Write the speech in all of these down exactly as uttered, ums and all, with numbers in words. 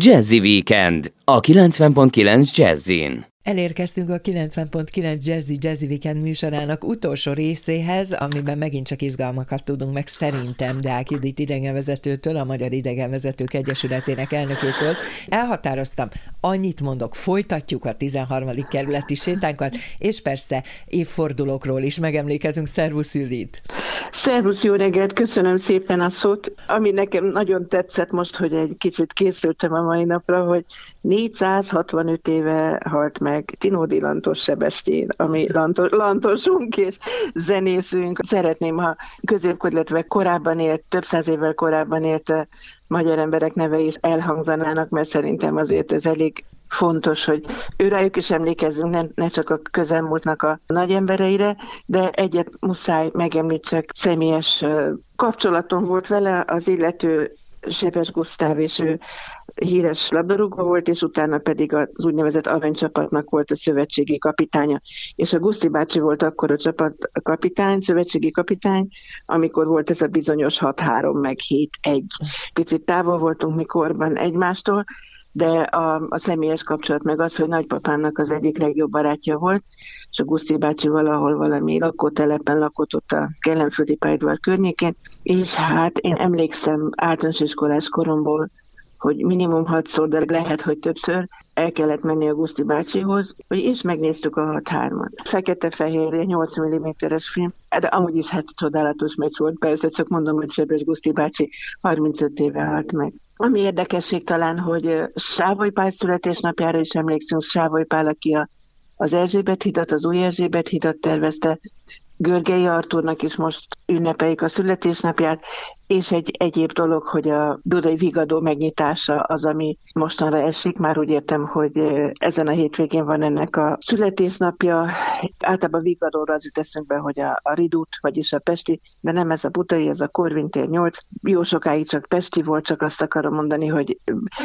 Jazzy Weekend a kilencven pont kilenc Jazzin. Elérkeztünk a kilencven pont kilenc Jazzy Jazzy Weekend műsorának utolsó részéhez, amiben megint csak izgalmakat tudunk meg szerintem Deák Judit idegenvezetőtől, a Magyar Idegenvezetők Egyesületének elnökétől. Elhatároztam, annyit mondok, folytatjuk a tizenharmadik kerületi sétánkat, és persze évfordulókról is megemlékezünk. Szervusz Judit! Szervusz, jó reggelt, köszönöm szépen a szót. Ami nekem nagyon tetszett most, hogy egy kicsit készültem a mai napra, hogy négyszázhatvanöt éve halt meg Tinódi Lantos Sebestyén, ami lantos, lantosunk és zenészünk. Szeretném, ha középkor, illetve korábban élt, több száz évvel korábban élt magyar emberek neve is elhangzanának, mert szerintem azért ez elég fontos, hogy őrájuk is emlékezzünk, ne, ne csak a közelmúltnak a nagy embereire, de egyet muszáj megemlítsek, személyes kapcsolatom volt vele, az illető Sebes Gusztáv, és ő híres labdarúgó volt, és utána pedig az úgynevezett aranycsapatnak volt a szövetségi kapitánya. És a Guszti bácsi volt akkor a csapatkapitány, szövetségi kapitány, amikor volt ez a bizonyos hat három meg hét egy. Picit távol voltunk mikorban egymástól, de a, a személyes kapcsolat meg az, hogy nagypapámnak az egyik legjobb barátja volt, és a Guszti bácsi valahol valami lakótelepen lakott ott a Kellenföldi pályaudvar környékén, és hát én emlékszem általános iskolás koromból, hogy minimum hatszor, de lehet, hogy többször el kellett menni a Guszti bácsihoz, és megnéztük a hat hármat. Fekete-fehérje, nyolc milliméteres film, de amúgy is hát csodálatos meccs volt, persze csak mondom, hogy Sebes Guszti bácsi harmincöt éve halt meg. Ami érdekesség talán, hogy Sávoly Pál születésnapjára is emlékszünk, Sávoly Pál, aki a, az Erzsébet hidat, az új Erzsébet hidat tervezte, Görgei Artúrnak is most ünnepeljük a születésnapját, és egy egyéb dolog, hogy a Budai Vigadó megnyitása az, ami mostanra esik. Már úgy értem, hogy ezen a hétvégén van ennek a születésnapja. Általában Vigadóra az jut eszünkbe, hogy a, a Ridut, vagyis a Pesti, de nem ez a Budai, ez a Korvin tér nyolc. Jó sokáig csak Pesti volt, csak azt akarom mondani, hogy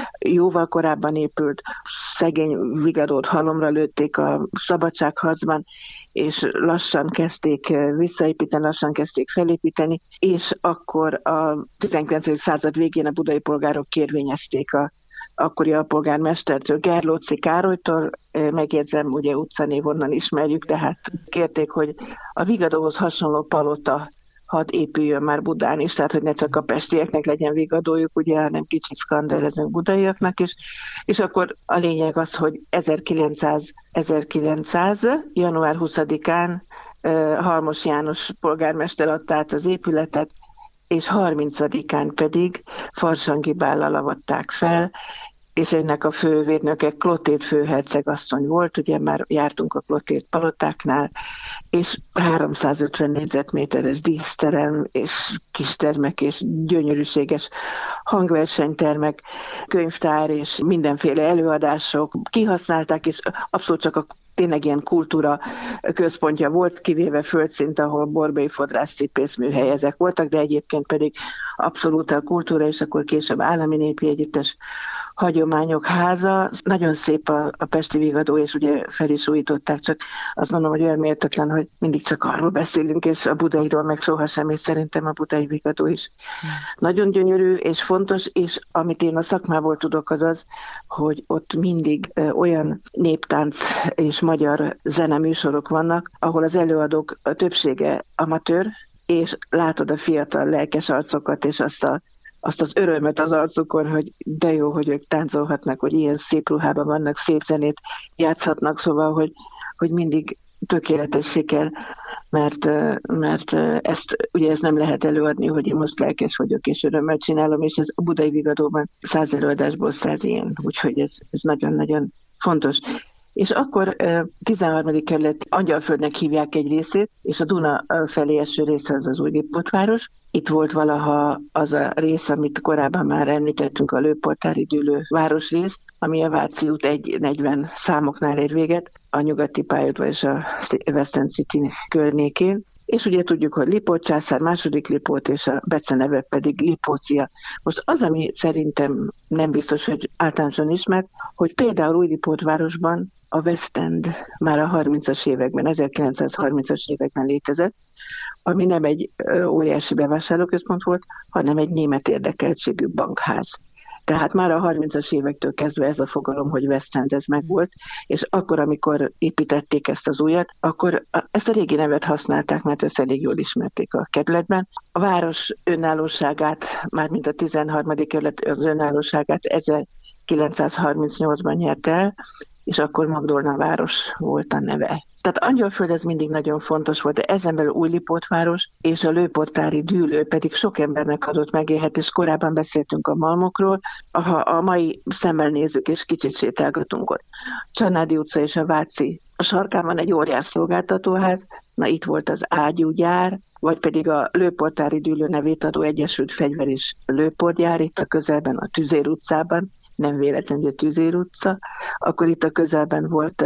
jóval korábban épült, szegény Vigadót halomra lőtték a szabadságharcban, és lassan kezdték visszaépíteni, lassan kezdték felépíteni, és akkor a tizenkilencedik század végén a budai polgárok kérvényezték a akkori alpolgármestertől, Gerlóczy Károlytól, megjegyzem, ugye utcanév onnan ismerjük, tehát kérték, hogy a Vigadóhoz hasonló palota hadd épüljön már Budán is, tehát hogy ne csak a pestieknek legyen Vigadójuk, ugye, hanem kicsit szkandelezünk budaiaknak is. És akkor a lényeg az, hogy ezerkilencszáz, ezerkilencszáz január huszadikán Halmos János polgármester adta át az épületet, és harmincadikán pedig Farsangi Bállal avatták fel, és ennek a fővédnöke Klotét főhercegasszony volt, ugye már jártunk a Klotét palotáknál, és háromszázötven négyzetméteres díszterem, és kistermek, és gyönyörűséges hangversenytermek, könyvtár, és mindenféle előadások kihasználták, és abszolút csak a tényleg ilyen kultúra központja volt, kivéve földszint, ahol Borbély fodrász cipészműhely, ezek voltak, de egyébként pedig abszolút a kultúra, és akkor később állami népi együttes hagyományok háza. Nagyon szép a, a Pesti Vigadó, és ugye fel is újították, csak azt mondom, hogy olyan méltatlan, hogy mindig csak arról beszélünk, és a budairól meg sohasem, és szerintem a Budai Vigadó is hmm. nagyon gyönyörű és fontos, és amit én a szakmából tudok, az az, hogy ott mindig olyan néptánc és magyar zeneműsorok vannak, ahol az előadók a többsége amatőr, és látod a fiatal lelkes arcokat, és azt a azt az örömet az arcukon, hogy de jó, hogy ők táncolhatnak, hogy ilyen szép ruhában vannak, szép zenét játszhatnak, szóval, hogy, hogy mindig tökéletes siker, mert, mert ezt ugye ez nem lehet előadni, hogy én most lelkes vagyok és örömmel csinálom, és ez a Budai Vigadóban száz előadásból száz ilyen, úgyhogy ez, ez nagyon-nagyon fontos. És akkor tizenharmadik kerület Angyalföldnek hívják egy részét, és a Duna felé eső része az az Újlipótváros. Itt volt valaha az a rész, amit korábban már említettünk, a Lőpoltári Dűlő városrész, ami a Váci út egy negyven számoknál ér véget, a nyugati pályaudvar és a West End City környékén. És ugye tudjuk, hogy Lipót császár, második Lipót, és a beceneve pedig Lipócia. Most az, ami szerintem nem biztos, hogy általánosan ismert, hogy például Újlipótvárosban a West End már a harmincas években, ezerkilencszázharmincas években létezett, ami nem egy óriási bevásárlóközpont volt, hanem egy német érdekeltségű bankház. Tehát már a harmincas évektől kezdve ez a fogalom, hogy West End, ez megvolt, és akkor, amikor építették ezt az újat, akkor ezt a régi nevet használták, mert ezt elég jól ismerték a kerületben. A város önállóságát, mármint a tizenharmadik kerület az önállóságát ezerkilencszázharmincnyolcban nyert el, és akkor Magdolna város volt a neve. Tehát Angyalföld ez mindig nagyon fontos volt, de ezen belül Újlipótváros és a lőportári dűlő pedig sok embernek adott megélhetést. Korábban beszéltünk a malmokról, ha a mai szemmel nézzük és kicsit sétálgatunk ott. Csanádi utca és a Váci a sarkán van egy óriás szolgáltatóház, na itt volt az ágyúgyár, vagy pedig a lőportári dűlő nevét adó Egyesült Fegyver és Lőportgyár itt a közelben, a Tüzér utcában, nem véletlenül a Tüzér utca, akkor itt a közelben volt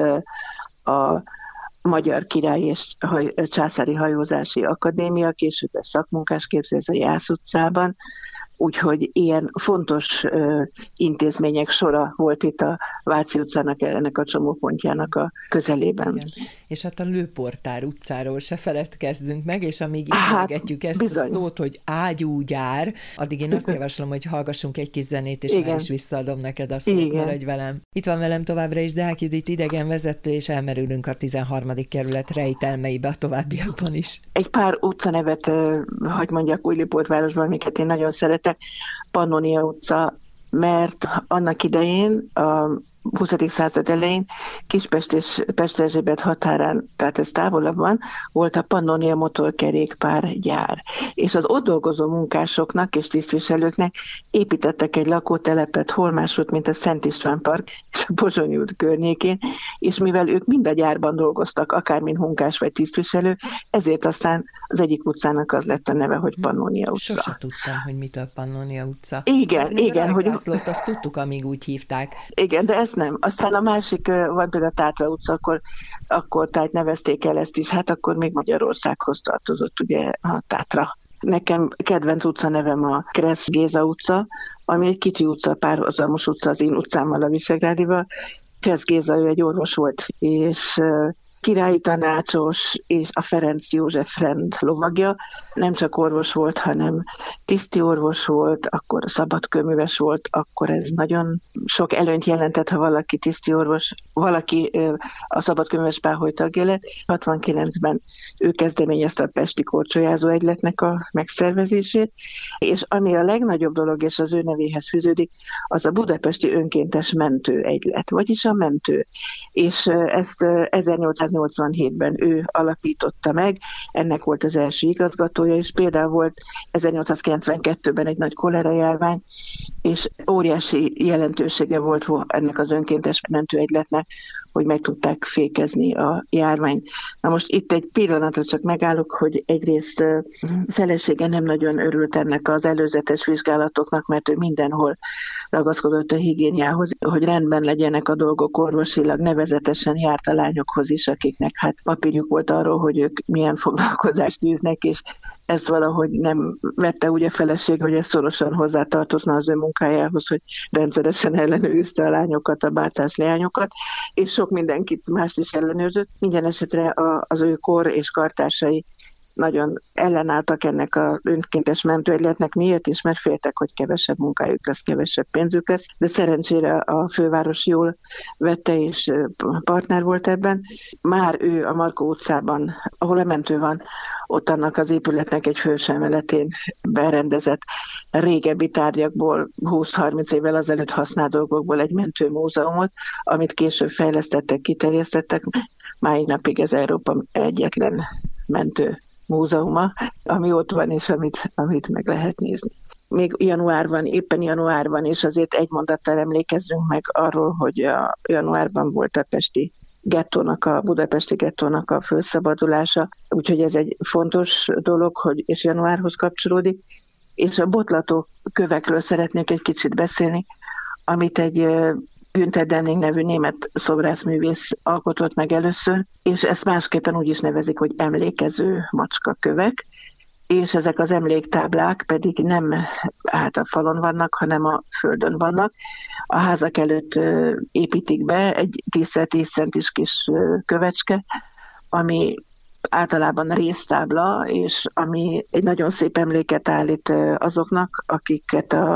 a Magyar Király és Császári Hajózási Akadémia, később a szakmunkásképzés a Jász utcában, úgyhogy ilyen fontos uh, intézmények sora volt itt a Váci utcának, ennek a csomópontjának a közelében. Igen. És hát a Lőportár utcáról se feledkezzünk meg, és amíg ismergetjük hát, ezt bizony. A szót, hogy ágyúgyár, addig én azt javaslom, hogy hallgassunk egy kis zenét, és igen. Már is visszaadom neked a szót, igen. Maradj velem. Itt van velem továbbra is Deák Judit idegenvezető, és elmerülünk a tizenharmadik kerület rejtelmeibe a továbbiakban is. Egy pár utcanevet, hogy mondjak, Újlipótvárosban, amiket én nagyon szeretek. Pannonia utca, mert annak idején, a huszadik század elején Kispest és Pest-Erzsébet határán, tehát ez távolabb van, volt a Pannonia motorkerékpárgyár. És az ott dolgozó munkásoknak és tisztviselőknek építettek egy lakótelepet hol máshogy, mint a Szent István Park és a Pozsonyi út környékén, és mivel ők mind a gyárban dolgoztak, akár mint munkás vagy tisztviselő, ezért aztán az egyik utcának az lett a neve, hogy Pannonia utca. Sose tudtam, hogy mitől Pannonia utca. Igen, Még igen. A hogy Rajkászlót azt tudtuk, amíg úgy hívták. Igen, de ez nem. Aztán a másik, vagy például a Tátra utca, akkor, akkor tehát nevezték el ezt is, hát akkor még Magyarországhoz tartozott ugye a Tátra. Nekem kedvenc utca nevem a Kressz Géza utca, ami egy kicsi utca, párhuzamos utca az én utcámmal, a Visegrádival. Kressz Géza, ő egy orvos volt, és királyi tanácsos, és a Ferenc József rend lovagja. Nem csak orvos volt, hanem tiszti orvos volt, akkor szabadkőműves volt, akkor ez nagyon sok előnyt jelentett, ha valaki tiszti orvos, valaki a szabadkőműves páholy tagja lett. hatvankilencben ő kezdeményezte a Pesti Korcsolyázó Egyletnek a megszervezését, és ami a legnagyobb dolog, és az ő nevéhez fűződik, az a Budapesti Önkéntes Mentő Egylet, vagyis a mentő. És ezt ezernyolcszáznyolcvanhétben ő alapította meg, ennek volt az első igazgatója, és például volt ezernyolcszázkilencvenkettőben egy nagy kolera járvány, és óriási jelentősége volt ennek az önkéntes mentőegyletnek, hogy meg tudták fékezni a járványt. Na most itt egy pillanatra csak megállok, hogy egyrészt felesége nem nagyon örült ennek az előzetes vizsgálatoknak, mert ő mindenhol ragaszkodott a higiéniához, hogy rendben legyenek a dolgok orvosilag, nevezetesen járt a lányokhoz is, akiknek hát papírjuk volt arról, hogy ők milyen foglalkozást űznek, és ezt valahogy nem vette úgy a feleség, hogy ez szorosan hozzátartozna az ő munkájához, hogy rendszeresen ellenőrizte a lányokat, a bácás leányokat, és sok mindenkit mást is ellenőrzött. Minden esetre az ő kor és kartársai nagyon ellenálltak ennek az önkéntes mentőegyletnek. Miért is? Mert féltek, hogy kevesebb munkájuk lesz, kevesebb pénzük lesz, de szerencsére a főváros jól vette, és partner volt ebben. Már ő a Markó utcában, ahol a mentő van, ott annak az épületnek egy felső emeletén berendezett régebbi tárgyakból, húsz-harminc évvel azelőtt használt dolgokból egy mentőmúzeumot, amit később fejlesztettek, kiterjesztettek. Máig napig ez Európa egyetlen mentő múzeuma, ami ott van, és amit, amit meg lehet nézni. Még januárban, éppen januárban, és azért egy mondattal emlékezzünk meg arról, hogy a januárban volt a pesti gettónak, a budapesti gettónak a felszabadulása, úgyhogy ez egy fontos dolog, hogy és januárhoz kapcsolódik, és a botlató kövekről szeretnék egy kicsit beszélni, amit egy Günther Denning nevű német szobrászművész alkotott meg először, és ezt másképpen úgy is nevezik, hogy emlékező macskakövek, és ezek az emléktáblák pedig nem hát a falon vannak, hanem a földön vannak. A házak előtt építik be egy tíz-tíz centis kis kövecske, ami általában résztábla, és ami egy nagyon szép emléket állít azoknak, akiket a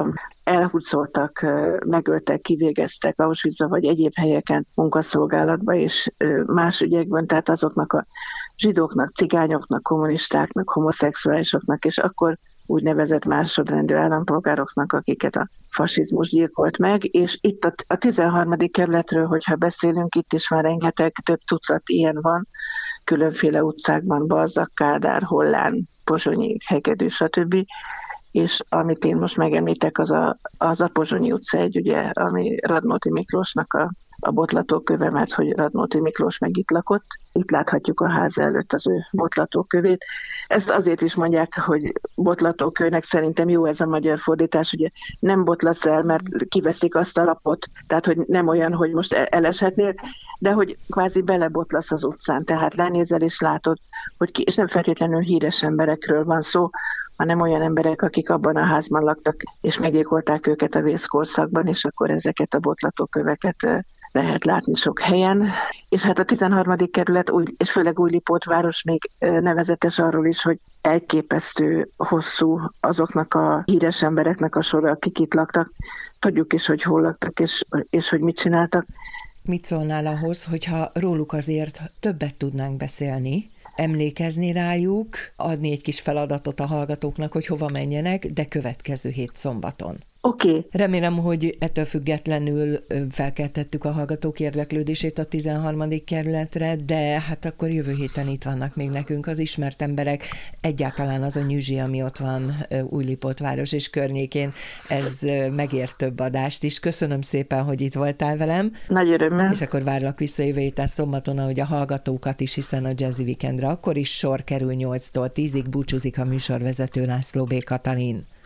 elhurcoltak, megöltek, kivégeztek Auschwitzba vagy egyéb helyeken munkaszolgálatba és más ügyekben, tehát azoknak a zsidóknak, cigányoknak, kommunistáknak, homoszexuálisoknak, és akkor úgynevezett másodrendű állampolgároknak, akiket a fasizmus gyilkolt meg, és itt a tizenharmadik kerületről, hogyha beszélünk, itt is már rengeteg, több tucat ilyen van, különféle utcákban, Balzak, Kádár, Hollán, Pozsonyi, Hegedű, stb. És amit én most megemlítek, az a, az a Pozsonyi utca egy, ugye, ami Radnóti Miklósnak a, a botlatóköve, mert hogy Radnóti Miklós meg itt lakott. Itt láthatjuk a ház előtt az ő botlatókövét. Ezt azért is mondják, hogy botlatókőnek, szerintem jó ez a magyar fordítás, ugye nem botlasz el, mert kiveszik azt a lapot, tehát hogy nem olyan, hogy most eleshetnél, de hogy kvázi belebotlasz az utcán, tehát lenézel és látod, hogy ki, és nem feltétlenül híres emberekről van szó, hanem olyan emberek, akik abban a házban laktak, és meggyilkolták őket a vészkorszakban, és akkor ezeket a botlatóköveket lehet látni sok helyen. És hát a tizenharmadik kerület, és főleg Újlipótváros még nevezetes arról is, hogy elképesztő hosszú azoknak a híres embereknek a sora, akik itt laktak. Tudjuk is, hogy hol laktak, és, és hogy mit csináltak. Mit szólnál ahhoz, hogyha róluk azért többet tudnánk beszélni, emlékezni rájuk, adni egy kis feladatot a hallgatóknak, hogy hova menjenek, de következő hét szombaton. Oké. Okay. Remélem, hogy ettől függetlenül felkeltettük a hallgatók érdeklődését a tizenharmadik kerületre, de hát akkor jövő héten itt vannak még nekünk az ismert emberek. Egyáltalán az a nyüzsi, ami ott van Újlipótváros és környékén, ez megér több adást is. Köszönöm szépen, hogy itt voltál velem. Nagy örömmel. És akkor várlak vissza jövő héten szombaton, ahogy a hallgatókat is, hiszen a Jazzy Weekendre akkor is sor kerül nyolctól tízig, búcsúzik a műsorvezető László B. Katalin.